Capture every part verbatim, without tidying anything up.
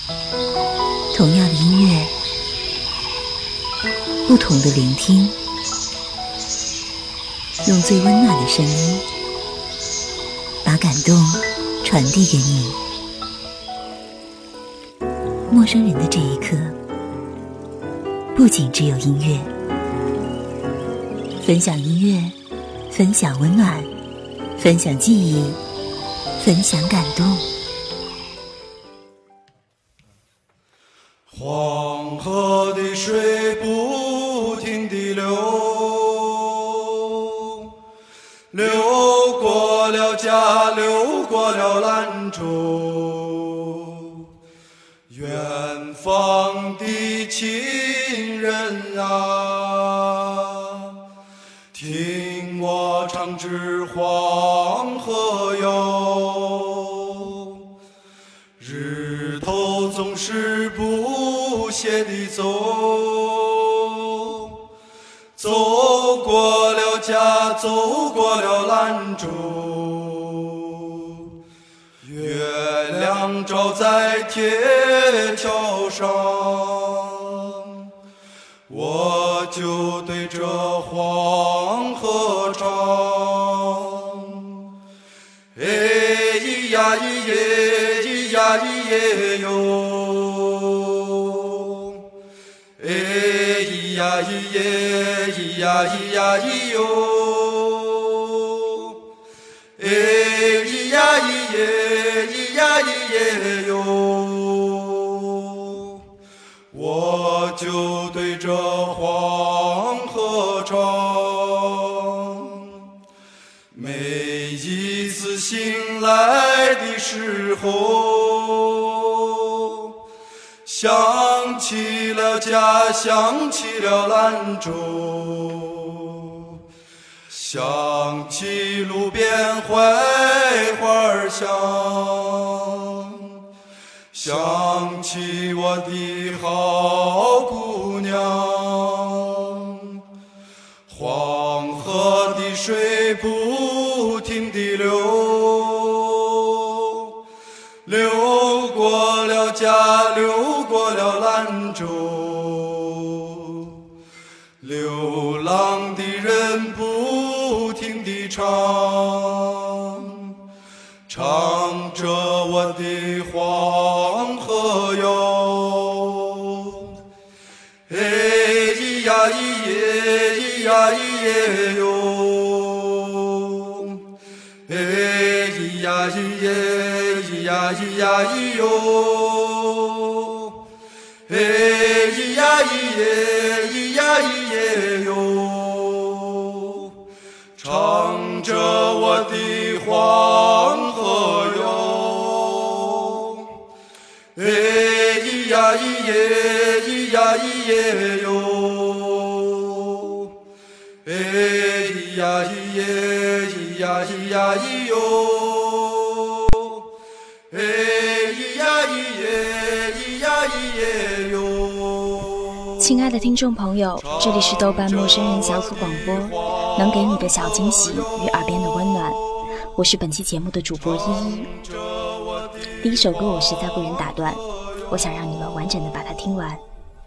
同样的音乐，不同的聆听，用最温暖的声音把感动传递给你。陌生人的这一刻，不仅只有音乐，分享音乐，分享温暖，分享记忆，分享感动。 黄河的水不停地流，流过了家，流过了兰州，远方的亲人啊，听我唱支黄河哟，日头总是不歇地走，走过了家，走过了兰州，月亮照在铁桥上，我就对着黄河唱，哎咿呀咿耶，咿呀咿耶哟，哎咿呀咿耶，咿呀咿呀咿哟，哎咿呀咿耶，咿呀咿耶哟，我就对着黄河唱，每一次醒来的时候，想起了家，想起了兰州，想起路边槐花香，想起我的好姑娘。黄河的水不停地流，流过了家，流过了兰州，流浪的人不停地唱，唱着我的黄河哟，哎咿呀咿耶，咿呀咿耶哟，哎咿呀咿耶，咿呀咿呀咿哟，哎咿呀咿耶，咿呀咿耶哟，唱着我的黄河哟，哎咿呀咿耶，咿呀咿耶哟，哎咿呀咿耶，咿呀咿呀咿哟，哎咿呀咿耶，咿呀咿耶哟。 亲爱的听众朋友，这里是豆瓣陌生人小组广播，能给你的小惊喜与耳边的温暖，我是本期节目的主播依依。第一首歌我实在不忍打断，我想让你们完整的把它听完。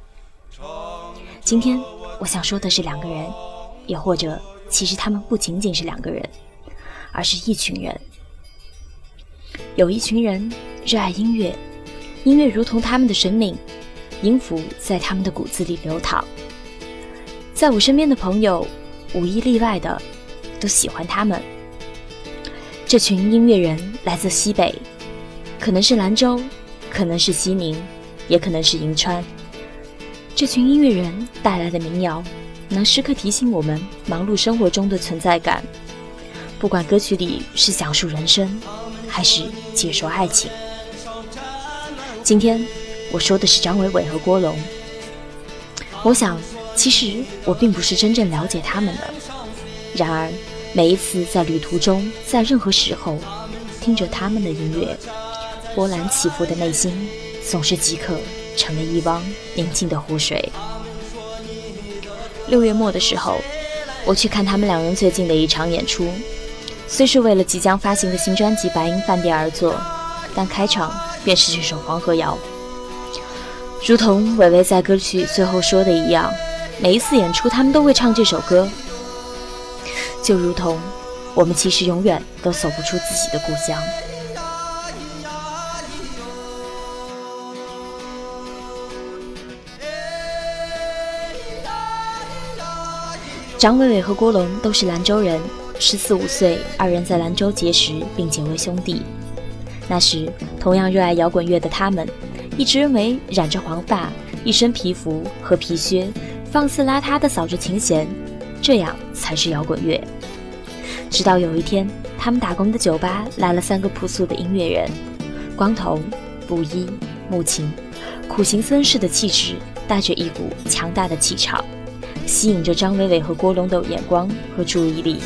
今天我想说的是两个人，也或者其实他们不仅仅是两个人，而是一群人。有一群人热爱音乐，音乐如同他们的生命，音符在他们的骨子里流淌。在我身边的朋友无一例外的都喜欢他们。这群音乐人来自西北，可能是兰州，可能是西宁，也可能是银川。这群音乐人带来的民谣能时刻提醒我们忙碌生活中的存在感，不管歌曲里是讲述人生还是解说爱情。今天我说的是张伟伟和郭龙。我想其实我并不是真正了解他们的，然而每一次在旅途中，在任何时候听着他们的音乐，波澜起伏的内心总是即刻成了一汪宁静的湖水。六月末的时候，我去看他们两人最近的一场演出，虽是为了即将发行的新专辑《白银饭店》而作，但开场便是这首《黄河谣》。 如同伟伟在歌曲最后说的一样，每一次演出他们都会唱这首歌，就如同我们其实永远都走不出自己的故乡。张伟伟和郭龙都是兰州人，十四五岁，二人在兰州结识并结为兄弟。那时同样热爱摇滚乐的他们，一直认为染着黄发，一身皮服和皮靴，放肆邋遢地扫着琴弦，这样才是摇滚乐。直到有一天，他们打工的酒吧来了三个朴素的音乐人，光头、布衣、木琴，苦行僧式的气质带着一股强大的气场，吸引着张伟伟和郭龙的眼光和注意力。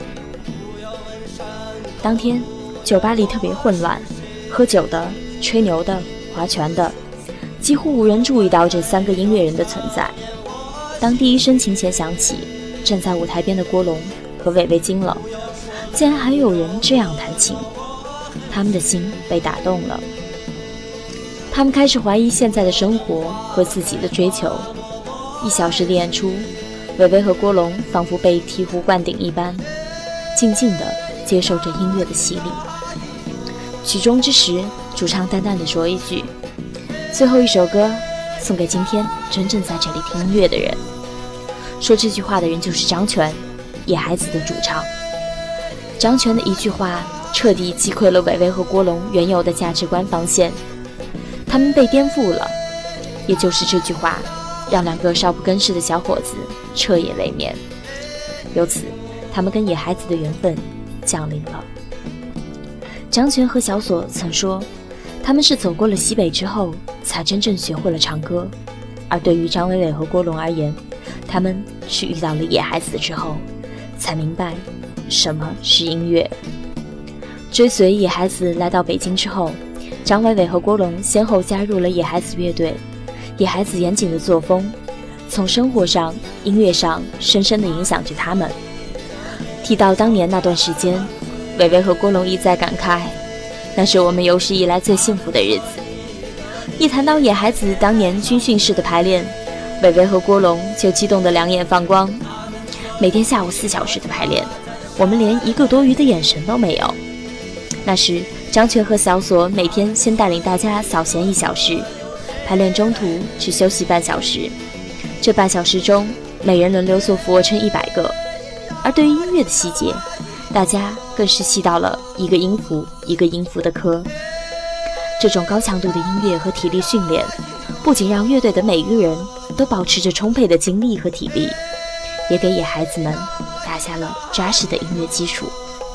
当天酒吧里特别混乱，喝酒的、吹牛的、划拳的，几乎无人注意到这三个音乐人的存在。当第一声琴弦响起，站在舞台边的郭龙和伟伟惊了，竟然还有人这样弹琴，他们的心被打动了。他们开始怀疑现在的生活和自己的追求。一小时的演出，伟伟和郭龙仿佛被醍醐灌顶一般，静静地接受着音乐的洗礼。曲终之时，主唱淡淡地说一句：最后一首歌送给今天真正在这里听音乐的人。说这句话的人就是张全，野孩子的主唱。张全的一句话彻底击溃了伟伟和郭龙原有的价值观防线，他们被颠覆了。也就是这句话让两个少不更事的小伙子彻夜未眠，由此他们跟野孩子的缘分降临了。张全和小锁曾说，他们是走过了西北之后才真正学会了唱歌，而对于张伟伟和郭龙而言，他们是遇到了野孩子之后才明白什么是音乐。追随野孩子来到北京之后，张伟伟和郭龙先后加入了野孩子乐队。野孩子严谨的作风从生活上、音乐上深深地影响着他们。提到当年那段时间，伟伟和郭龙一再感慨，那是我们有史以来最幸福的日子。一谈到野孩子当年军训式的排练，伟伟和郭龙就激动得两眼放光。每天下午四小时的排练，我们连一个多余的眼神都没有。那时张全和小锁每天先带领大家扫弦一小时，排练中途只休息半小时，这半小时中每人轮流做俯卧撑一百个。而对于音乐的细节，大家更是细到了一个音符一个音符的磕。这种高强度的音乐和体力训练，不仅让乐队的每一个人都保持着充沛的精力和体力，也给野孩子们打下了扎实的音乐基础。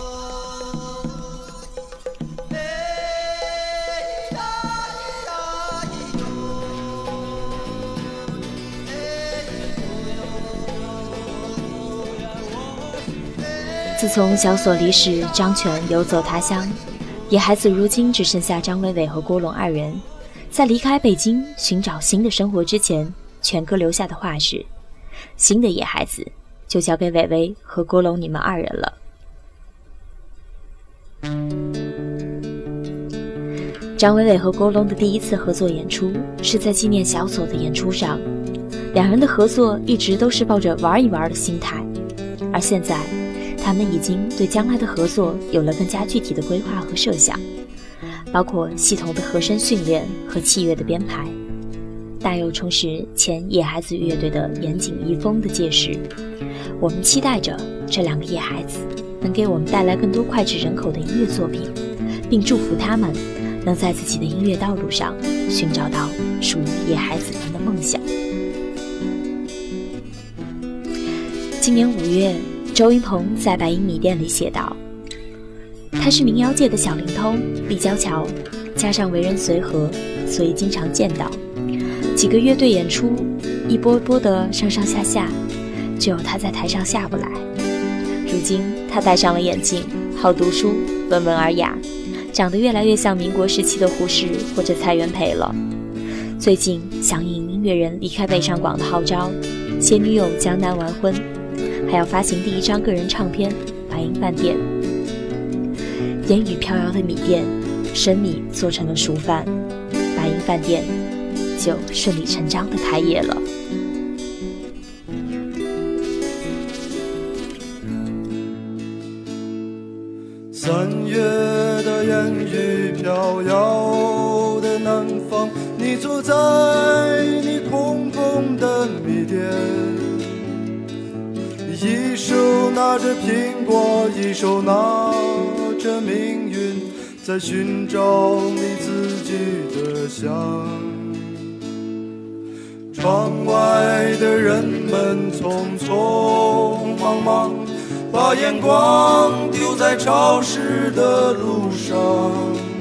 自从小锁离世，张全游走他乡，野孩子如今只剩下张伟伟和郭龙二人。在离开北京寻找新的生活之前，全哥留下的话是：新的野孩子就交给伟伟和郭龙你们二人了。张伟伟和郭龙的第一次合作演出是在纪念小锁的演出上，两人的合作一直都是抱着玩一玩的心态，而现在他们已经对将来的合作有了更加具体的规划和设想，包括系统的和声训练和器乐的编排，大有重拾前野孩子乐队的严谨遗风的届时。我们期待着这两个野孩子能给我们带来更多脍炙人口的音乐作品，并祝福他们能在自己的音乐道路上寻找到属于野孩子们的梦想。今年五月，周云鹏在白银米店里写道，他是民谣界的小灵通，立交桥，加上为人随和，所以经常见到。几个乐队演出，一波一波的上上下下，只有他在台上下不来。如今他戴上了眼镜，好读书，温文尔雅，长得越来越像民国时期的胡适或者蔡元培了。最近响应音乐人离开北上广的号召，携女友江南完婚，还要发行第一张个人唱片《白银饭店》。烟雨飘摇的米店，生米做成了熟饭。白银饭店就顺理成章地开业了。 三月的烟雨飘摇的南方，你坐在你空空的米店，一手拿着苹果，一手拿着命运，在寻找你自己的香。窗外的人们匆匆忙忙，把眼光丢在潮湿的路上，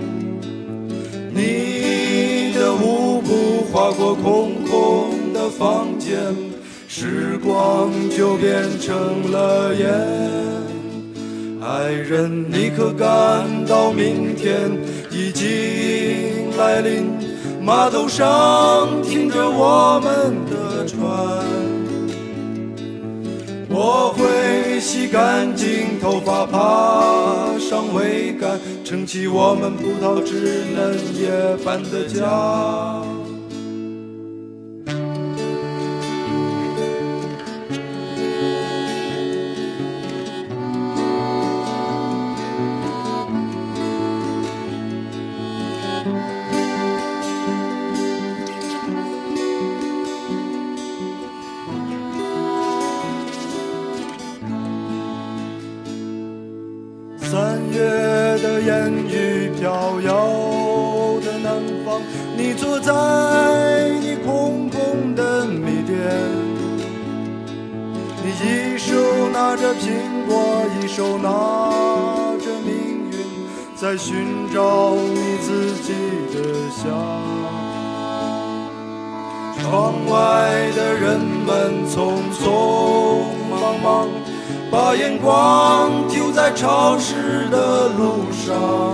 你的舞步划过空空的房间，时光就变成了烟。爱人，你可感到明天已经来临？码头上停着我们的船，我会洗干净头发，爬上桅杆，撑起我们葡萄枝嫩叶般的家。三月的烟雨飘摇的南方，你坐在你空空的米店，你一手拿着苹果，一手拿着命运，在寻找你自己的香。窗外的人们匆匆忙忙，把眼光丢在潮湿的路上，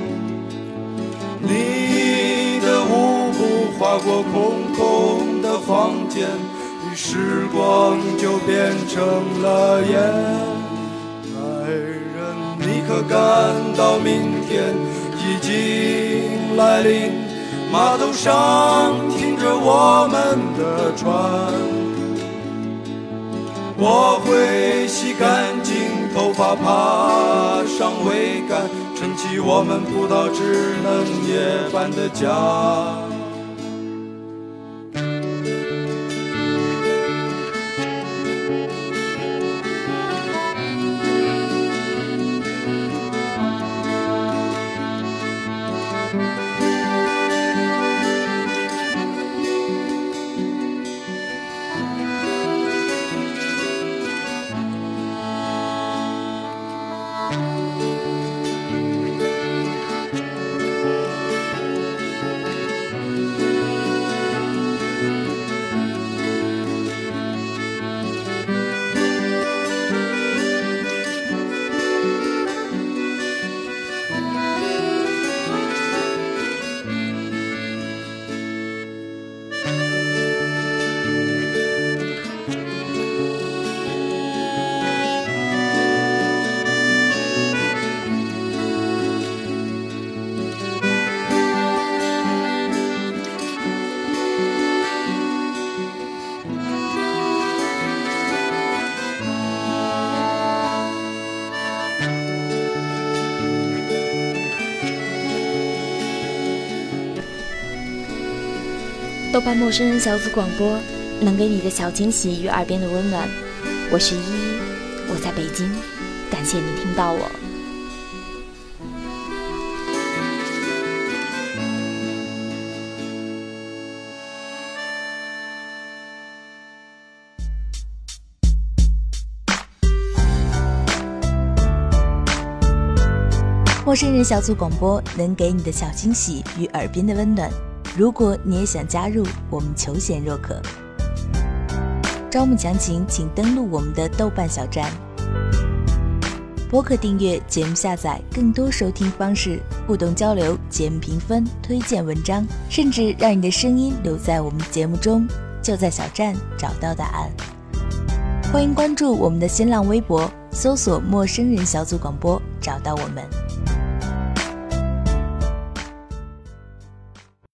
你的舞步划过空空的房间，时光就变成了烟。爱人，你可感到明天已经来临？码头上停着我们的船，我会洗干净头发，爬上桅杆，撑起我们葡萄枝嫩叶般的家。 豆瓣陌生人小组广播，能给你的小惊喜与耳边的温暖。我是依依，我在北京，感谢你听到我。 陌生人小组广播，能给你的小惊喜与耳边的温暖。如果你也想加入，我们求贤若渴。招募详情请登录我们的豆瓣小站。播客订阅、节目下载、更多收听方式、互动交流、节目评分、推荐文章，甚至让你的声音留在我们节目中，就在小站找到答案。欢迎关注我们的新浪微博，搜索陌生人小组广播，找到我们。